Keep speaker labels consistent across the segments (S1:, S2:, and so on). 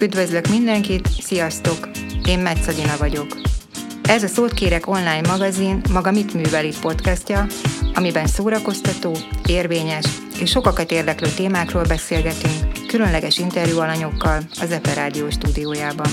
S1: Üdvözlök mindenkit, sziasztok! Én Metszadina vagyok. Ez a Szót kérek online magazin Maga mit művel itt podcastja, amiben szórakoztató, érvényes és sokakat érdeklő témákról beszélgetünk különleges interjú alanyokkal az Epe Rádió stúdiójában.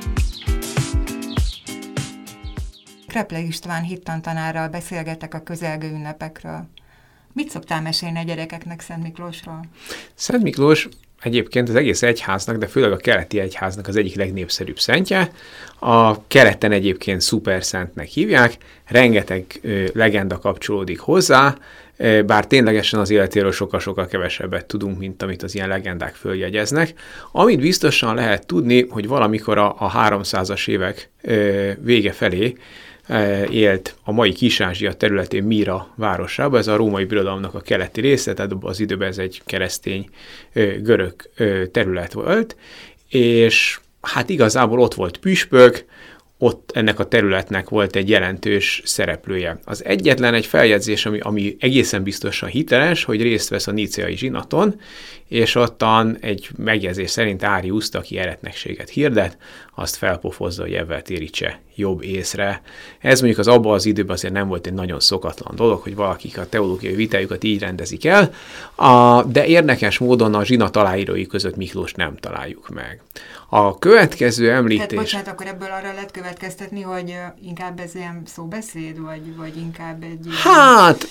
S1: Kreple István hittantanárral beszélgetek a közelgő ünnepekről. Mit szoktál mesélni a gyerekeknek Szent Miklósról?
S2: Szent Miklós egyébként az egész egyháznak, de főleg a keleti egyháznak az egyik legnépszerűbb szentje. A keleten egyébként szuperszentnek hívják, rengeteg legenda kapcsolódik hozzá, bár ténylegesen az életéről sokkal-sokkal kevesebbet tudunk, mint amit az ilyen legendák följegyeznek. Amit biztosan lehet tudni, hogy valamikor a 300-as évek vége felé élt a mai Kis-Ázsia területén Míra városában, ez a római birodalomnak a keleti része, tehát az időben ez egy keresztény görög terület volt, és hát igazából ott volt püspök, ott ennek a területnek volt egy jelentős szereplője. Az egyetlen egy feljegyzés, ami egészen biztosan hiteles, hogy részt vesz a níceai zsinaton, és ottan egy megjegyzés szerint Áriuszt, aki eretnekséget hirdet, azt felpofozza, hogy ebben térítse jobb észre. Ez mondjuk az abban az időben azért nem volt egy nagyon szokatlan dolog, hogy valakik a teológiai vitájukat így rendezik el, de érdekes módon a zsinat aláírói között Miklós nem találjuk meg. A következő említés...
S1: Tehát bocsánat, akkor ebből arra lehet következtetni, hogy inkább ez ilyen szóbeszéd, vagy inkább egy...
S2: Hát...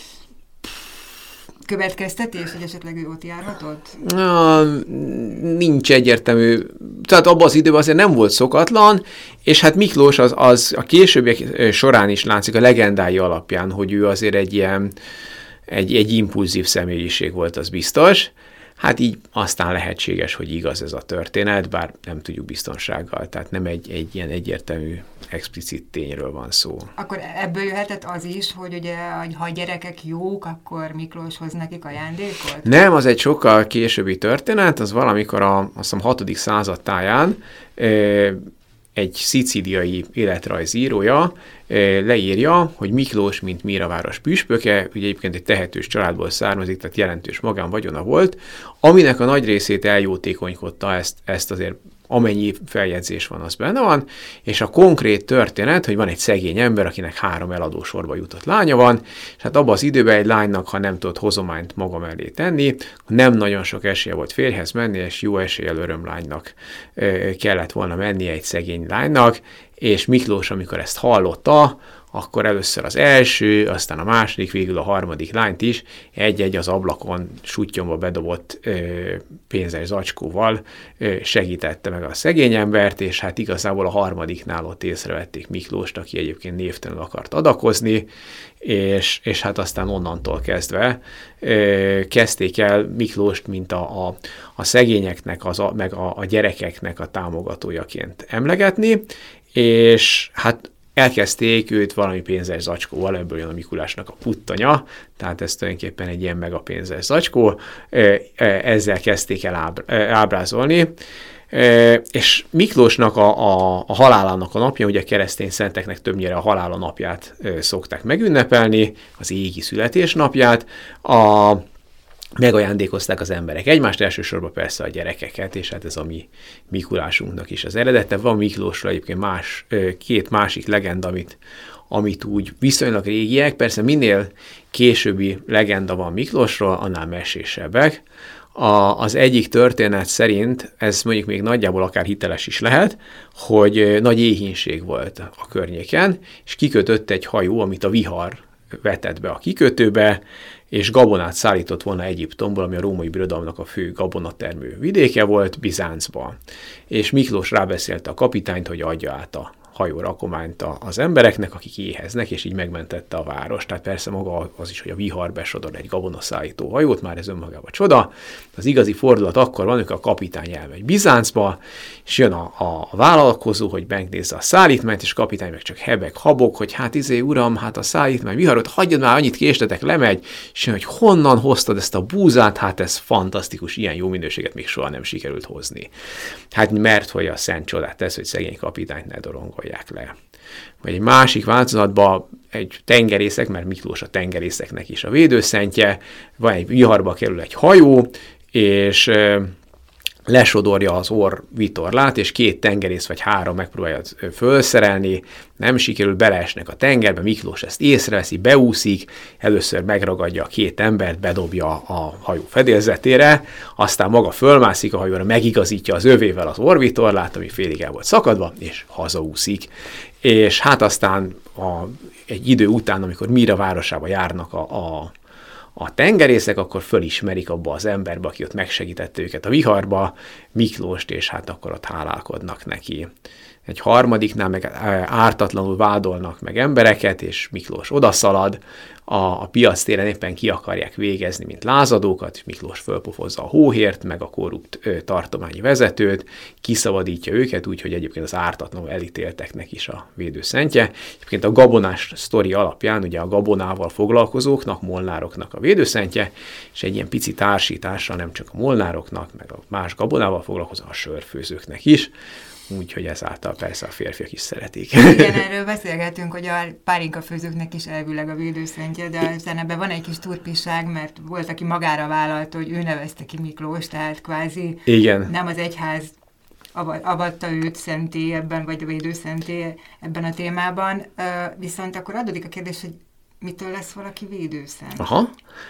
S1: következtetés, hogy esetleg ő ott járhatott?
S2: Nincs egyértelmű. Tehát abban az időben azért nem volt szokatlan, és hát Miklós az a későbbiek során is látszik a legendái alapján, hogy ő azért egy impulzív személyiség volt, az biztos. Hát így aztán lehetséges, hogy igaz ez a történet, bár nem tudjuk biztonsággal, tehát nem egy ilyen egyértelmű, explicit tényről van szó.
S1: Akkor ebből jöhetett az is, hogy ugye, ha a gyerekek jók, akkor Miklós hoz nekik ajándékot?
S2: Nem, az egy sokkal későbbi történet, az valamikor azt hiszem 6. század táján egy szicíliai életrajzírója leírja, hogy Miklós, mint Míra város püspöke, ugye egyébként egy tehetős családból származik, tehát jelentős magánvagyona volt, aminek a nagy részét eljótékonykodta, ezt azért amennyi feljegyzés van, az benne van, és a konkrét történet, hogy van egy szegény ember, akinek 3 eladósorba jutott lánya van, és hát abban az időben egy lánynak, ha nem tudott hozományt maga mellé tenni, nem nagyon sok esélye volt férjhez menni, és jó eséllyel örömlánynak kellett volna mennie egy szegény lánynak, és Miklós, amikor ezt hallotta, akkor először az első, aztán a második, végül a harmadik lányt is egy-egy az ablakon suttyomba bedobott pénzes zacskóval segítette meg a szegény embert, és hát igazából a harmadiknál ott észrevették Miklóst, aki egyébként névtelenül akart adakozni, és hát aztán onnantól kezdve kezdték el Miklóst, mint a szegényeknek, meg a gyerekeknek a támogatójaként emlegetni, és hát elkezdték őt valami pénzes zacskóval, ebből jön a Mikulásnak a puttanya, tehát ez tulajdonképpen egy ilyen megapénzes zacskó, ezzel kezdték el ábrázolni, és Miklósnak a halálának a napja, ugye a keresztény szenteknek többnyire a halála napját szokták megünnepelni, az égi születésnapját, megajándékozták az emberek egymást, elsősorban persze a gyerekeket, és hát ez a mi Mikulásunknak is az eredete. Van Miklósról egyébként két másik legenda, amit úgy viszonylag régiek, persze minél későbbi legenda van Miklósról, annál mesésebbek. Az egyik történet szerint, ez mondjuk még nagyjából akár hiteles is lehet, hogy nagy éhínség volt a környéken, és kikötött egy hajó, amit a vihar vetett be a kikötőbe, és gabonát szállított volna Egyiptomból, ami a római birodalomnak a fő gabonatermő vidéke volt, Bizáncba. És Miklós rábeszélte a kapitányt, hogy adja át a hajó rakományt az embereknek, akik éheznek, és így megmentette a várost. Tehát persze maga az is, hogy a vihar besodor egy gabonaszállító hajót, már ez önmagában csoda. Az igazi fordulat akkor van, amikor a kapitány elmegy Bizáncba, és jön a vállalkozó, hogy megnézze a szállítmányt, és a kapitány meg csak hebeg, habog, hogy hát uram, hát a szállítmány viharot, hagyjad már, annyit késletek, lemegy, és jön, hogy honnan hoztad ezt a búzát, hát ez fantasztikus, ilyen jó minőséget még soha nem sikerült hozni. Hát mert hogy a szent csodát tesz, hogy szegény kapitányt ne dorongolják le. Vagy egy másik változatban egy tengerészek, mert Miklós a tengerészeknek is a védőszentje, van egy viharba kerül egy hajó, és lesodorja az orrvitorlát, és 2 tengerész vagy 3 megpróbálja fölszerelni, nem sikerül, beleesnek a tengerbe, Miklós ezt észreveszi, beúszik, először megragadja a 2 embert, bedobja a hajó fedélzetére, aztán maga fölmászik a hajóra, megigazítja az övével az orrvitorlát, ami félig el volt szakadva, és hazaúszik. És hát aztán egy idő után, amikor Mira városába járnak a tengerészek, akkor fölismerik abba az emberbe, aki ott megsegítette őket a viharba, Miklóst, és hát akkor ott hálálkodnak neki. Egy harmadiknál meg ártatlanul vádolnak meg embereket, és Miklós odaszalad, a piactéren éppen ki akarják végezni, mint lázadókat, és Miklós fölpofozza a hóhért, meg a korrupt tartományi vezetőt, kiszabadítja őket, úgyhogy egyébként az ártatlanul elítélteknek is a védőszentje. Egyébként a gabonás sztori alapján ugye a gabonával foglalkozóknak, molnároknak a védőszentje, és egy ilyen pici társítással nem csak a molnároknak, meg a más gabonával foglalkozó, a sörfőzőknek is, úgyhogy ezáltal persze a férfiak is szeretik.
S1: Igen, erről beszélgetünk, hogy a pálinkafőzőknek is elvileg a védőszentje, de aztán ebben van egy kis turpiság, mert volt, aki magára vállalta, hogy ő nevezte ki Miklós, tehát kvázi
S2: igen.
S1: Nem az egyház avatta őt szenté ebben, vagy a védőszenté ebben a témában. Viszont akkor adódik a kérdés, hogy mitől lesz valaki védőszent?
S2: Aha.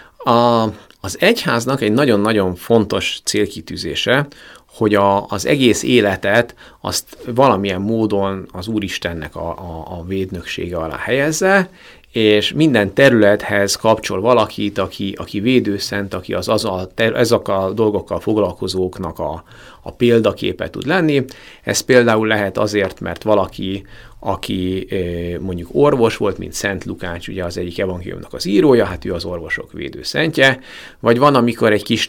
S2: Az egyháznak egy nagyon-nagyon fontos célkitűzése, hogy az egész életet azt valamilyen módon az Úristennek a védnöksége alá helyezze, és minden területhez kapcsol valakit, aki védőszent, aki ezek a dolgokkal foglalkozóknak a példaképe tud lenni. Ez például lehet azért, mert valaki, aki mondjuk orvos volt, mint Szent Lukács, ugye az egyik evangéliumnak az írója, hát ő az orvosok védőszentje, vagy van, amikor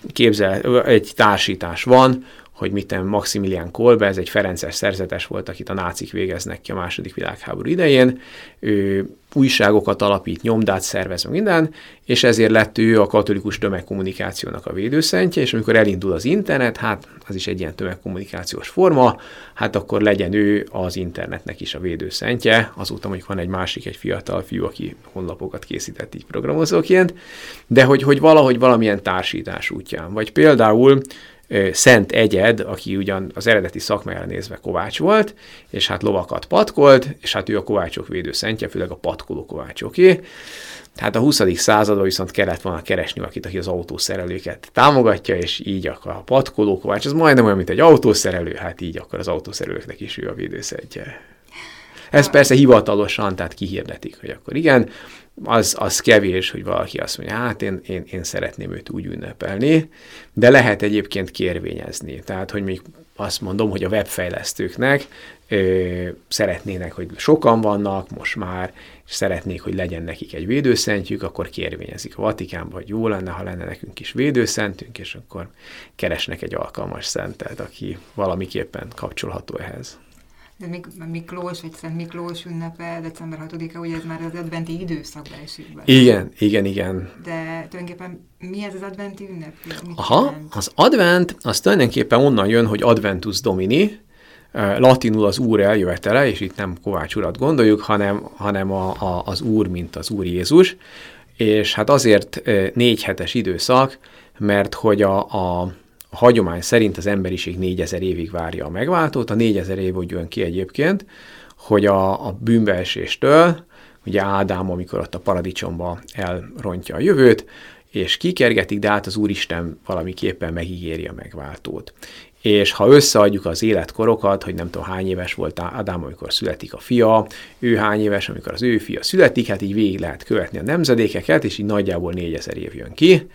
S2: egy társítás van, hogy Maximilian Kolbe, ez egy ferences szerzetes volt, akit a nácik végeznek ki a II. Világháború idején, ő újságokat alapít, nyomdát szervez, minden, és ezért lett ő a katolikus tömegkommunikációnak a védőszentje, és amikor elindul az internet, hát az is egy ilyen tömegkommunikációs forma, hát akkor legyen ő az internetnek is a védőszentje, azóta mondjuk van egy fiatal fiú, aki honlapokat készített így programozóként, de hogy valahogy valamilyen társítás útján, vagy például Szent Egyed, aki ugyan az eredeti szakmájára nézve kovács volt, és hát lovakat patkolt, és hát ő a kovácsok védőszentje, főleg a patkoló kovácsoké. Tehát a 20. században viszont kellett volna keresni valakit, aki az autószerelőket támogatja, és így akkor a patkoló kovács, az majdnem olyan, mint egy autószerelő, hát így akkor az autószerelőknek is ő a védőszentje. Ez persze hivatalosan, tehát kihirdetik, hogy akkor igen, az kevés, hogy valaki azt mondja, hát én szeretném őt úgy ünnepelni, de lehet egyébként kérvényezni. Tehát, hogy még azt mondom, hogy a webfejlesztőknek szeretnének, hogy sokan vannak most már, és szeretnék, hogy legyen nekik egy védőszentjük, akkor kérvényezik a Vatikánba, hogy jó lenne, ha lenne nekünk is védőszentünk, és akkor keresnek egy alkalmas szentet, aki valamiképpen kapcsolható ehhez.
S1: De Miklós, vagy Szent Miklós ünnepe, december 6-a, ugye ez már az adventi időszakba esik be.
S2: Igen.
S1: De tulajdonképpen mi ez az adventi ünnep?
S2: Az advent, az tulajdonképpen onnan jön, hogy Adventus Domini, latinul az Úr eljövetele, és itt nem Kovács urat gondoljuk, hanem az Úr, mint az Úr Jézus, és hát azért 4 hetes időszak, mert hogy a hagyomány szerint az emberiség 4000 évig várja a megváltót. A 4000 év úgy jön ki egyébként, hogy a bűnbeeséstől, ugye Ádám, amikor ott a paradicsomba elrontja a jövőt, és kikergetik, de hát az Úristen valamiképpen megígéri a megváltót. És ha összeadjuk az életkorokat, hogy nem tudom hány éves volt Ádám, amikor születik a fia, ő hány éves, amikor az ő fia születik, hát így végig lehet követni a nemzedékeket, és így nagyjából 4000 év jön ki.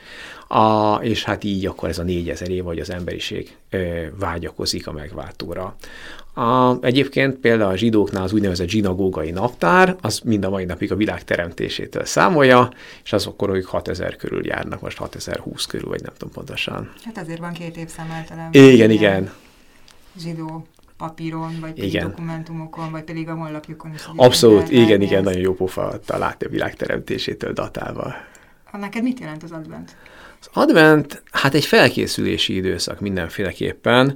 S2: És hát így akkor ez a 4000 év, hogy az emberiség vágyakozik a megváltóra. Egyébként például a zsidóknál az úgynevezett zsinagógai naptár, az mind a mai napig a világ teremtésétől számolja, és az akkor ők 6000 körül járnak, most 6020 körül, vagy nem tudom pontosan.
S1: Hát azért van 2 évszám általában.
S2: Igen.
S1: Zsidó papíron, vagy pedig dokumentumokon, vagy pedig a honlapjukon is.
S2: Abszolút, igen, nagyon jó pofa találni a világ teremtésétől datálva.
S1: Neked mit jelent az advent?
S2: Az advent, hát egy felkészülési időszak mindenféleképpen.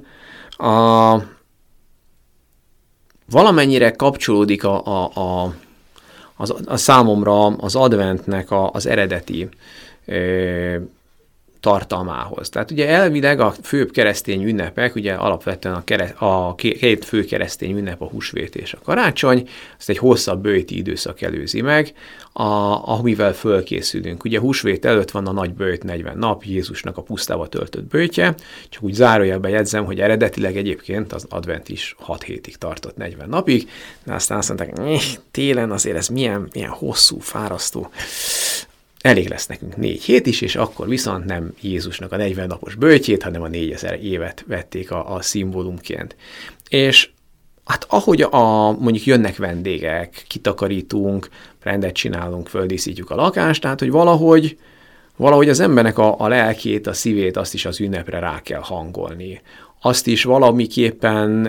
S2: Valamennyire kapcsolódik a számomra az adventnek az eredeti tartalmához. Tehát ugye elvileg a főbb keresztény ünnepek, ugye alapvetően a két fő keresztény ünnep, a húsvét és a karácsony, ezt egy hosszabb böjti időszak előzi meg, amivel fölkészülünk. Ugye húsvét előtt van a nagy böjt 40 nap, Jézusnak a pusztába töltött böjtje, csak úgy zárójelben jegyzem, hogy eredetileg egyébként az advent is 6 hétig tartott 40 napig, de aztán azt mondták, télen azért ez milyen hosszú, fárasztó. Elég lesz nekünk 4 hét is, és akkor viszont nem Jézusnak a 40 napos böjtjét, hanem a 4000 évet vették a szimbólumként. És hát ahogy mondjuk jönnek vendégek, kitakarítunk, rendet csinálunk, földíszítjük a lakást, tehát hogy valahogy az embernek a lelkét, a szívét, azt is az ünnepre rá kell hangolni. Azt is valamiképpen...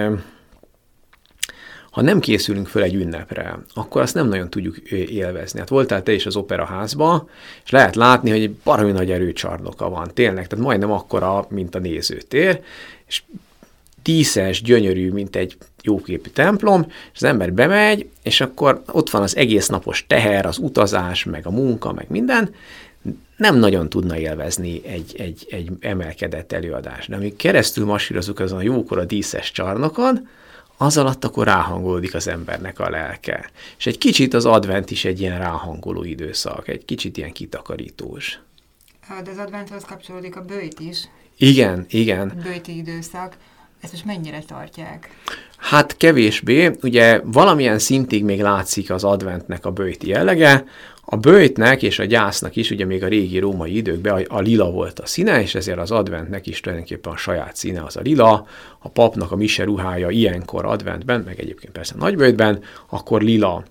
S2: Ha nem készülünk föl egy ünnepre, akkor azt nem nagyon tudjuk élvezni. Hát voltál te is az operaházba, és lehet látni, hogy egy baromi nagy erőcsarnoka van. Tényleg, tehát majdnem akkora, mint a nézőtér, és díszes, gyönyörű, mint egy jóképű templom, és az ember bemegy, és akkor ott van az egész napos teher, az utazás, meg a munka, meg minden, nem nagyon tudna élvezni egy emelkedett előadást. De amíg keresztül masírozunk azon a jókora díszes csarnokon, az alatt akkor ráhangolódik az embernek a lelke. És egy kicsit az advent is egy ilyen ráhangoló időszak, egy kicsit ilyen kitakarítós.
S1: De az adventhoz kapcsolódik a böjt is.
S2: Igen.
S1: A böjti időszak. Ezt most mennyire tartják?
S2: Hát kevésbé. Ugye valamilyen szintig még látszik az adventnek a böjti jellege. A böjtnek és a gyásznak is, ugye még a régi római időkben a lila volt a színe, és ezért az adventnek is tulajdonképpen a saját színe az a lila. A papnak a mise ruhája ilyenkor adventben, meg egyébként persze nagyböjtben, akkor lila.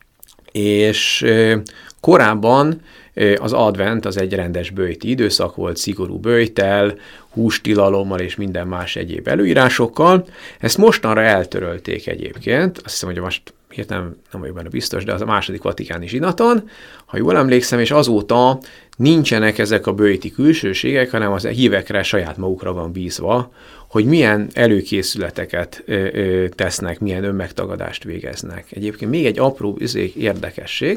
S2: És korábban az advent az egy rendes böjti időszak volt, szigorú böjttel, hústilalommal és minden más egyéb előírásokkal. Ezt mostanra eltörölték egyébként, azt hiszem, hogy most hirtelen nem vagyok benne biztos, de az a második vatikáni zsinaton, ha jól emlékszem, és azóta nincsenek ezek a böjti külsőségek, hanem az hívekre saját magukra van bízva, hogy milyen előkészületeket tesznek, milyen önmegtagadást végeznek. Egyébként még egy apró érdekesség,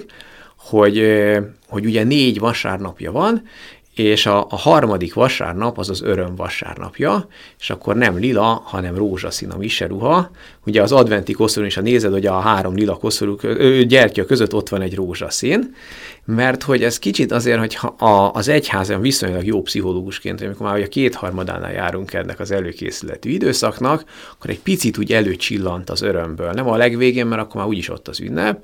S2: hogy ugye 4 vasárnapja van, és a harmadik vasárnap az az öröm vasárnapja, és akkor nem lila, hanem rózsaszín a miseruha. Ugye az adventi koszorún is, ha nézed, hogy a 3 lila koszorú gyertya között ott van egy rózsaszín, mert hogy ez kicsit azért, hogy az egyházan viszonylag jó pszichológusként, amikor már a 2/3-ánál járunk ennek az előkészületű időszaknak, akkor egy picit úgy előcsillant az örömből. Nem a legvégén, mert akkor már úgyis ott az ünnep,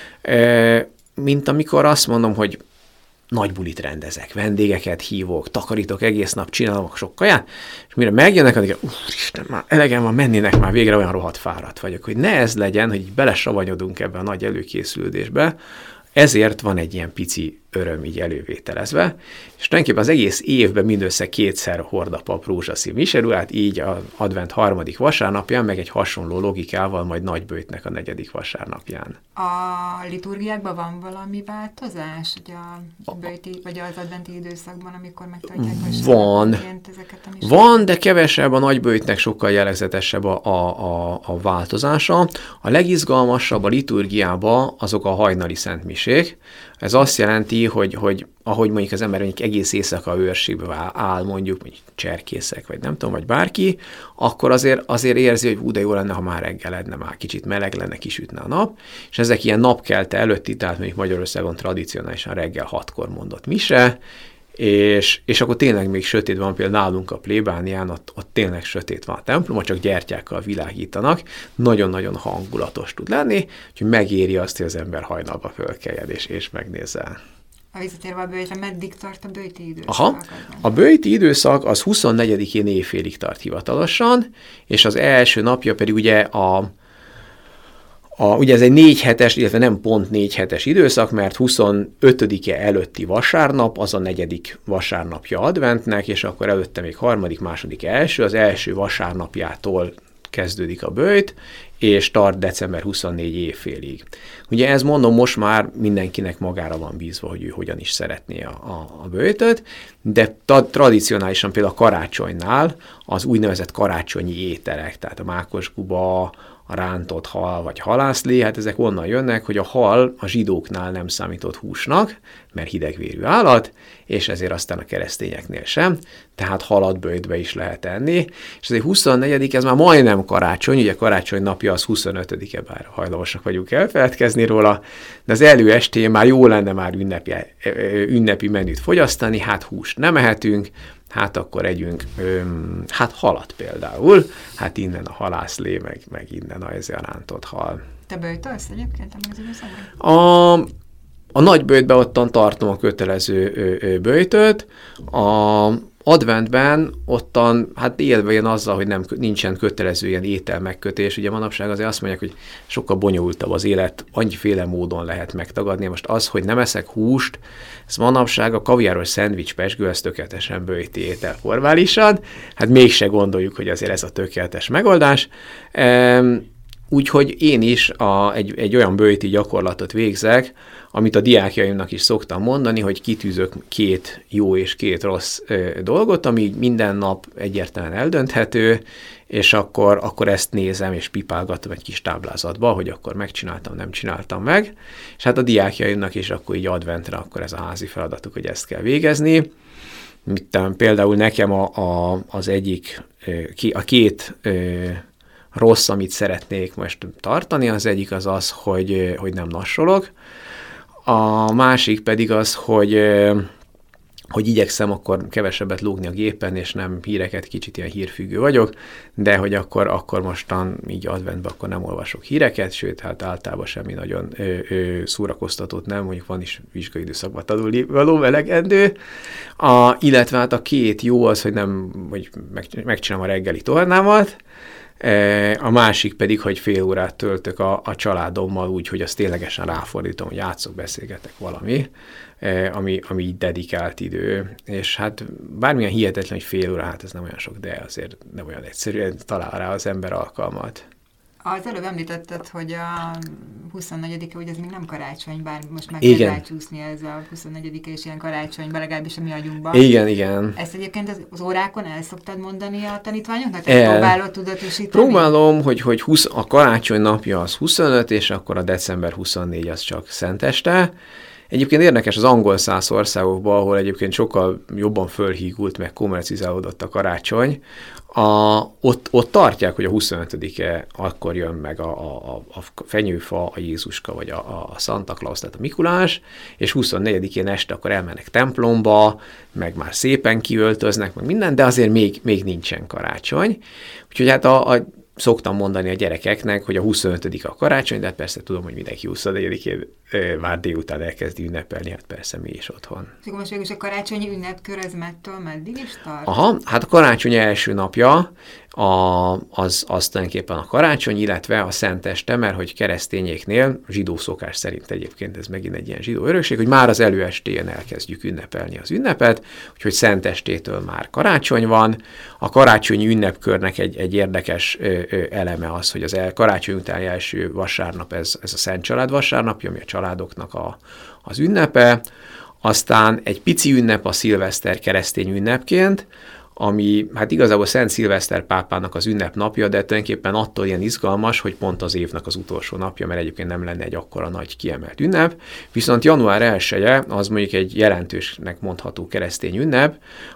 S2: mint amikor azt mondom, hogy nagy bulit rendezek, vendégeket hívok, takarítok egész nap, csinálok sok kaját, és mire megjönnek, addig, Isten, már elegem van, mennének már végre, olyan rohadt fáradt vagyok, hogy ne ez legyen, hogy így belesavanyodunk ebbe a nagy előkészülődésbe, ezért van egy ilyen pici öröm így elővételezve, és tulajdonképpen az egész évben mindössze 2-szer hord a pap rózsaszín miseruhát, így az advent 3. vasárnapján, meg egy hasonló logikával majd nagyböjtnek a 4. vasárnapján.
S1: A liturgiákban van valami változás, hogy a böjti, vagy az adventi időszakban, amikor megtartják ezeket a
S2: Van, de kevesebb, a nagyböjtnek sokkal jellegzetesebb a változása. A legizgalmasabb a liturgiában azok a hajnali szentmisék. Ez azt jelenti, hogy ahogy mondjuk az ember mondjuk egész éjszaka őrségbe áll, mondjuk cserkészek, vagy nem tudom, vagy bárki, akkor azért érzi, hogy de jó lenne, ha már reggeledne, már kicsit meleg lenne, kisütne a nap, és ezek ilyen napkelte előtti, tehát mondjuk Magyarországon tradicionálisan reggel 6-kor mondott mise, és akkor tényleg még sötét van, például nálunk a plébánián, ott tényleg sötét van a templom, csak gyertyákkal világítanak, nagyon-nagyon hangulatos tud lenni, úgyhogy megéri azt, hogy az ember hajnalba fölkeljen és megnézze.
S1: A visszatérve a böjtre, meddig tart a böjti időszak?
S2: Aha, a böjti időszak az 24-én éjfélig tart hivatalosan, és az első napja pedig ugye ugye ez egy 4 hetes, illetve nem pont 4 hetes időszak, mert 25-e előtti vasárnap, az a 4. vasárnapja adventnek, és akkor előtte még 3., 2., 1. Az első vasárnapjától kezdődik a böjt, és tart december 24 évfélig. Ugye ez mondom, most már mindenkinek magára van bízva, hogy ő hogyan is szeretné a böjtöt, de tradicionálisan például a karácsonynál az úgynevezett karácsonyi ételek, tehát a mákosguba, rántott hal vagy halászlé, hát ezek onnan jönnek, hogy a hal a zsidóknál nem számított húsnak, mert hidegvérű állat, és ezért aztán a keresztényeknél sem, tehát halat böjtbe is lehet enni, és azért 24. ez már majdnem karácsony, ugye karácsony napja az 25-e, bár hajlamosak vagyunk elfeledkezni róla, de az előestén már jó lenne már ünnepi menüt fogyasztani, hát húst nem ehetünk, hát akkor együnk, hát halat például, hát innen a halászlé, meg innen a rántott hal.
S1: Te böjtölsz egyébként?
S2: A nagy böjtben ottan tartom a kötelező böjtöt, a adventben ottan, hát élve jön azzal, hogy nincsen kötelező ilyen étel megkötés. Ugye manapság azért azt mondják, hogy sokkal bonyolultabb az élet, annyiféle módon lehet megtagadni. Most az, hogy nem eszek húst, ez manapság a kaviáros szendvics pezsgő, ez tökéletesen böjti étel formálisan. Hát mégse gondoljuk, hogy azért ez a tökéletes megoldás. Úgyhogy én is egy olyan böjti gyakorlatot végzek, amit a diákjaimnak is szoktam mondani, hogy kitűzök 2 jó és 2 rossz dolgot, ami minden nap egyértelműen eldönthető, és akkor ezt nézem és pipálgatom egy kis táblázatba, hogy akkor megcsináltam, nem csináltam meg, és hát a diákjaimnak is akkor így adventre akkor ez a házi feladatuk, hogy ezt kell végezni. Például nekem az egyik, a 2 rossz, amit szeretnék most tartani, az egyik az, hogy nem nassolok. A másik pedig az, hogy igyekszem akkor kevesebbet lógni a gépen, és nem híreket, kicsit ilyen hírfüggő vagyok, de hogy akkor mostan így adventben akkor nem olvasok híreket, sőt, hát általában semmi nagyon szórakoztatót nem, mondjuk van is vizsgai időszakban tanulnivaló elegendő. Illetve hát a 2 jó az, hogy megcsinálom a reggeli tornámat, a másik pedig, hogy fél órát töltök a családommal úgy, hogy azt ténylegesen ráfordítom, hogy játszok, beszélgetek valami, ami így dedikált idő. És hát bármilyen hihetetlen, hogy fél óra, hát ez nem olyan sok, de azért nem olyan egyszerűen talál rá az ember alkalmat.
S1: Az előbb említetted, hogy a 24-e, hogy ez még nem karácsony, bár most meg kell rácsúszni ez a 24-e és ilyen karácsonyban, legalábbis a mi agyunkban.
S2: Igen.
S1: Ezt egyébként az órákon el szoktad mondani a tanítványoknak? Tehát próbálod tudatosítani?
S2: Próbálom, hogy a karácsony napja az 25, és akkor a december 24 az csak szenteste. Egyébként érdekes az angol száz országokban, ahol egyébként sokkal jobban fölhígult, meg kommercizálódott a karácsony, ott tartják, hogy a 25-e akkor jön meg a fenyőfa, a Jézuska, vagy a Santa Claus, tehát a Mikulás, és 24-én este akkor elmennek templomba, meg már szépen kiöltöznek, meg minden, de azért még nincsen karácsony. Úgyhogy hát szoktam mondani a gyerekeknek, hogy a 25 a karácsony, de hát persze tudom, hogy mindenki 24-én már délután elkezdi ünnepelni, hát persze mi is otthon.
S1: És most végül a karácsonyi ünnepkör ez mettől meddig is tart?
S2: Aha, hát a karácsony első napja az tulajdonképpen a karácsony, illetve a szenteste, mert hogy keresztényeknél, zsidó szokás szerint egyébként ez megint egy ilyen zsidó örökség, hogy már az előestéjén elkezdjük ünnepelni az ünnepet, úgyhogy szentestétől már karácsony van. A karácsonyi ünnepkörnek egy érdekes eleme az, hogy az karácsony utáni első vasárnap, ez a Szent Család vasárnapja, ami a családoknak az ünnepe, aztán egy pici ünnep a szilveszter keresztény ünnepként, ami hát igazából Szent Szilveszter pápának az ünnepnapja, de tulajdonképpen attól ilyen izgalmas, hogy pont az évnek az utolsó napja, mert egyébként nem lenne egy akkora nagy kiemelt ünnep, viszont január 1-e az mondjuk egy jelentősnek mondható keresztény ünnep,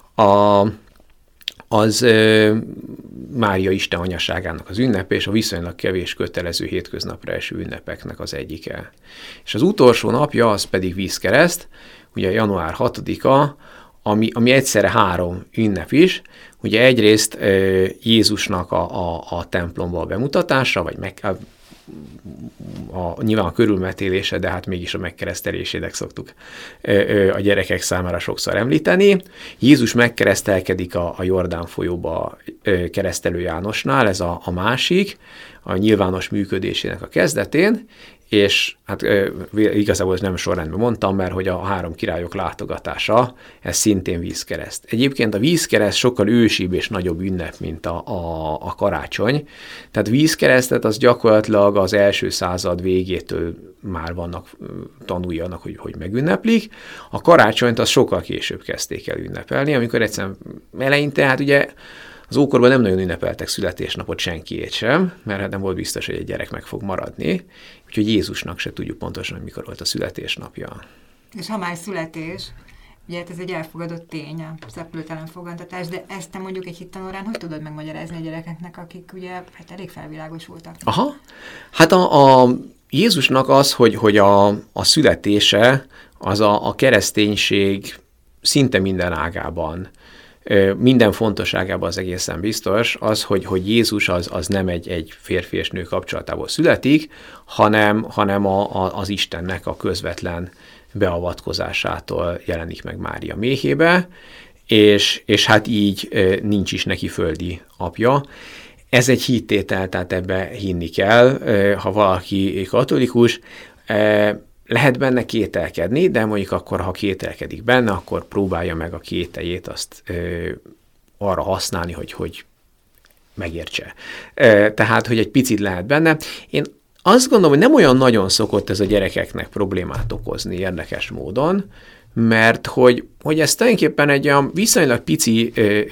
S2: az Mária Isten anyaságának az ünnep, és a viszonylag kevés kötelező hétköznapra eső ünnepeknek az egyike. És az utolsó napja az pedig vízkereszt, ugye január 6-a, ami egyszerre 3 ünnep is. Ugye egyrészt Jézusnak a templomba a bemutatása, vagy nyilván a körülmetélése, de hát mégis a megkeresztelésének szoktuk a gyerekek számára sokszor említeni. Jézus megkeresztelkedik a Jordán folyóba Keresztelő Jánosnál, ez a másik, a nyilvános működésének a kezdetén, és hát igazából nem sorrendben mondtam, mert hogy a 3 királyok látogatása, ez szintén vízkereszt. Egyébként a vízkereszt sokkal ősibb és nagyobb ünnep, mint a karácsony. Tehát vízkeresztet az gyakorlatilag az első század végétől már vannak tanulni annak, hogy megünneplik. A karácsonyt az sokkal később kezdték el ünnepelni, amikor egyszerűen eleinte, hát ugye Az ókorban nem nagyon ünnepeltek születésnapot senkiét sem, mert hát nem volt biztos, hogy egy gyerek meg fog maradni, úgyhogy Jézusnak se tudjuk pontosan, hogy mikor volt a születésnapja.
S1: És ha már születés, ugye ez egy elfogadott tény, a szeplőtelen fogantatás, de ezt te mondjuk egy hittanórán hogy tudod megmagyarázni a gyerekeknek, akik ugye hát elég felvilágosultak?
S2: Aha, hát a Jézusnak az, hogy a születése az a kereszténység szinte minden ágában, minden fontosságában az egészen biztos, az, hogy Jézus az nem egy férfi és nő kapcsolatából születik, hanem az Istennek a közvetlen beavatkozásától jelenik meg Mária méhébe, és hát így nincs is neki földi apja. Ez egy hittétel, tehát ebbe hinni kell, ha valaki katolikus, lehet benne kételkedni, de mondjuk akkor, ha kételkedik benne, akkor próbálja meg a kételjét azt arra használni, hogy megértse. Tehát, hogy egy picit lehet benne. Én azt gondolom, hogy nem olyan nagyon szokott ez a gyerekeknek problémát okozni érdekes módon, mert hogy ez tulajdonképpen egy olyan viszonylag pici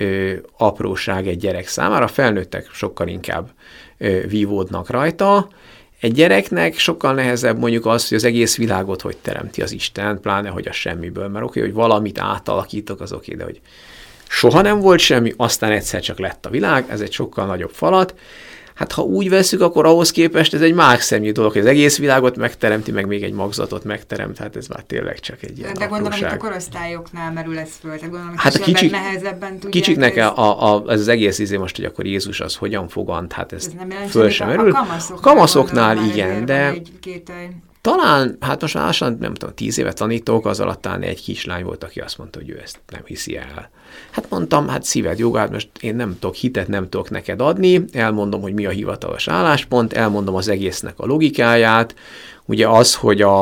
S2: apróság egy gyerek számára, felnőttek sokkal inkább vívódnak rajta. Egy gyereknek sokkal nehezebb mondjuk az, hogy az egész világot hogy teremti az Isten, pláne, hogy a semmiből, mert oké, hogy valamit átalakítok, az oké, de hogy soha nem volt semmi, aztán egyszer csak lett a világ, ez egy sokkal nagyobb falat. Hát ha úgy veszük, akkor ahhoz képest ez egy mákszemnyű dolog, hogy az egész világot megteremti, meg még egy magzatot megteremt, hát ez már tényleg csak egy ilyen
S1: de gondolom,
S2: apróság.
S1: hogy a korosztályoknál merül ez föl, tehát gondolom, hogy
S2: hát
S1: nehezebben tudják.
S2: Kicsiknek ez az egész most, hogy akkor Jézus az hogyan fogant, hát ez föl sem merül. A kamaszoknál igen, de talán, hát most már nem tudom, 10 éve tanítok, az alatt talán egy kislány volt, aki azt mondta, hogy ő ezt nem hiszi el. Hát mondtam, hát szíved jogát, most én nem tudok hitet, nem tudok neked adni, elmondom, hogy mi a hivatalos álláspont, elmondom az egésznek a logikáját, ugye az,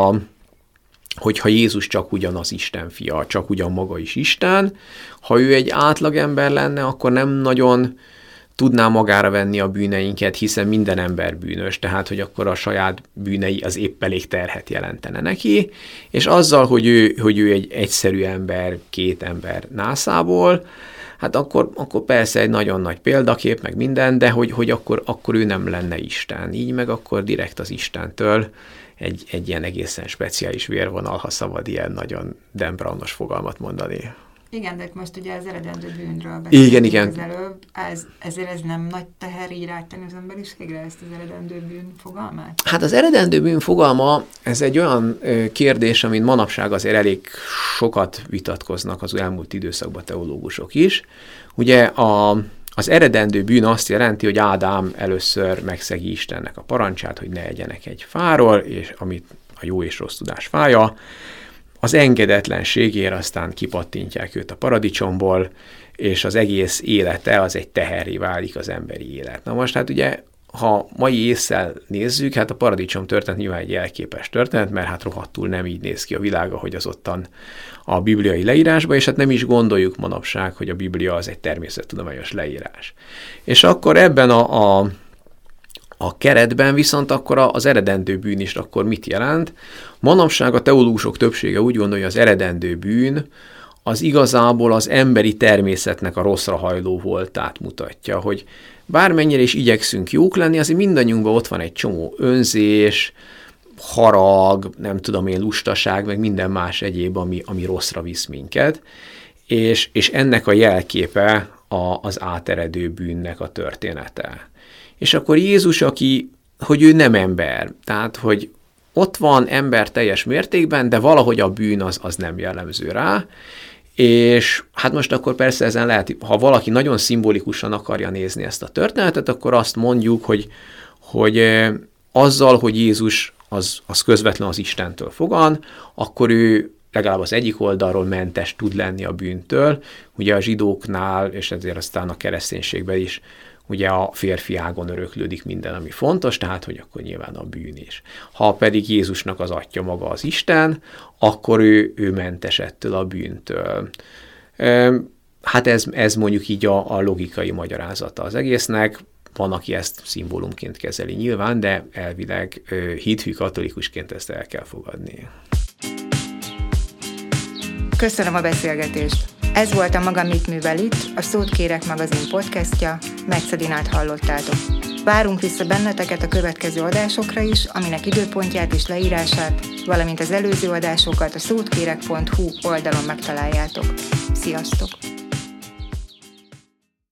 S2: hogyha Jézus csak ugyanaz Isten fia, csak ugyan maga is Isten, ha ő egy átlagember lenne, akkor nem nagyon tudná magára venni a bűneinket, hiszen minden ember bűnös, tehát hogy akkor a saját bűnei az épp elég terhet jelentene neki, és azzal, hogy ő egy egyszerű ember, 2 ember nászából, hát akkor persze egy nagyon nagy példakép, meg minden, de hogy akkor ő nem lenne Isten. Így meg akkor direkt az Istentől egy ilyen egészen speciális vérvonal, ha szabad ilyen nagyon Dan Brownos fogalmat mondani.
S1: Igen, de most ugye az eredendő bűnről beszéltünk
S2: igen.
S1: Az előbb. Ezért ez nem nagy teher így rátenni az emberiségre, ezt az eredendő bűn fogalmát? Hát az eredendő bűn fogalma, ez egy olyan kérdés, amin manapság azért elég sokat vitatkoznak az elmúlt időszakban teológusok is. Ugye az eredendő bűn azt jelenti, hogy Ádám először megszegi Istennek a parancsát, hogy ne egyenek egy fáról, és amit a jó és rossz tudás fája, az engedetlenségért aztán kipattintják őt a paradicsomból, és az egész élete az egy teherré válik az emberi élet. Na most hát ugye, ha mai ésszel nézzük, hát a paradicsom történet nyilván egy jelképes történet, mert hát rohadtul nem így néz ki a világa, hogy az ottan a bibliai leírásban, és hát nem is gondoljuk manapság, hogy a Biblia az egy természettudományos leírás. És akkor ebben a keretben viszont akkor az eredendő bűn is akkor mit jelent? Manapság a teológusok többsége úgy gondolja, hogy az eredendő bűn az igazából az emberi természetnek a rosszra hajló voltát mutatja, hogy bármennyire is igyekszünk jók lenni, azért mindannyiunkban ott van egy csomó önzés, harag, nem tudom én, lustaság, meg minden más egyéb, ami rosszra visz minket, és ennek a jelképe az áteredő bűnnek a története. És akkor Jézus, hogy ő nem ember, tehát, hogy ott van ember teljes mértékben, de valahogy a bűn az nem jellemző rá, és hát most akkor persze ezen lehet, ha valaki nagyon szimbolikusan akarja nézni ezt a történetet, akkor azt mondjuk, hogy azzal, hogy Jézus az közvetlen az Istentől fogan, akkor ő legalább az egyik oldalról mentes tud lenni a bűntől, ugye a zsidóknál, és ezért aztán a kereszténységben is, ugye a férfi ágon öröklődik minden, ami fontos, tehát, hogy akkor nyilván a bűn is. Ha pedig Jézusnak az atya maga az Isten, akkor ő mentes ettől a bűntől. Hát ez mondjuk így a logikai magyarázata az egésznek. Van, aki ezt szimbólumként kezeli nyilván, de elvileg hithű katolikusként ezt el kell fogadni. Köszönöm a beszélgetést! Ez volt a Maga mit művel itt, a Szót kérek magazin podcastja, Metz Edinát hallottátok. Várunk vissza benneteket a következő adásokra is, aminek időpontját és leírását, valamint az előző adásokat a szótkérek.hu oldalon megtaláljátok. Sziasztok!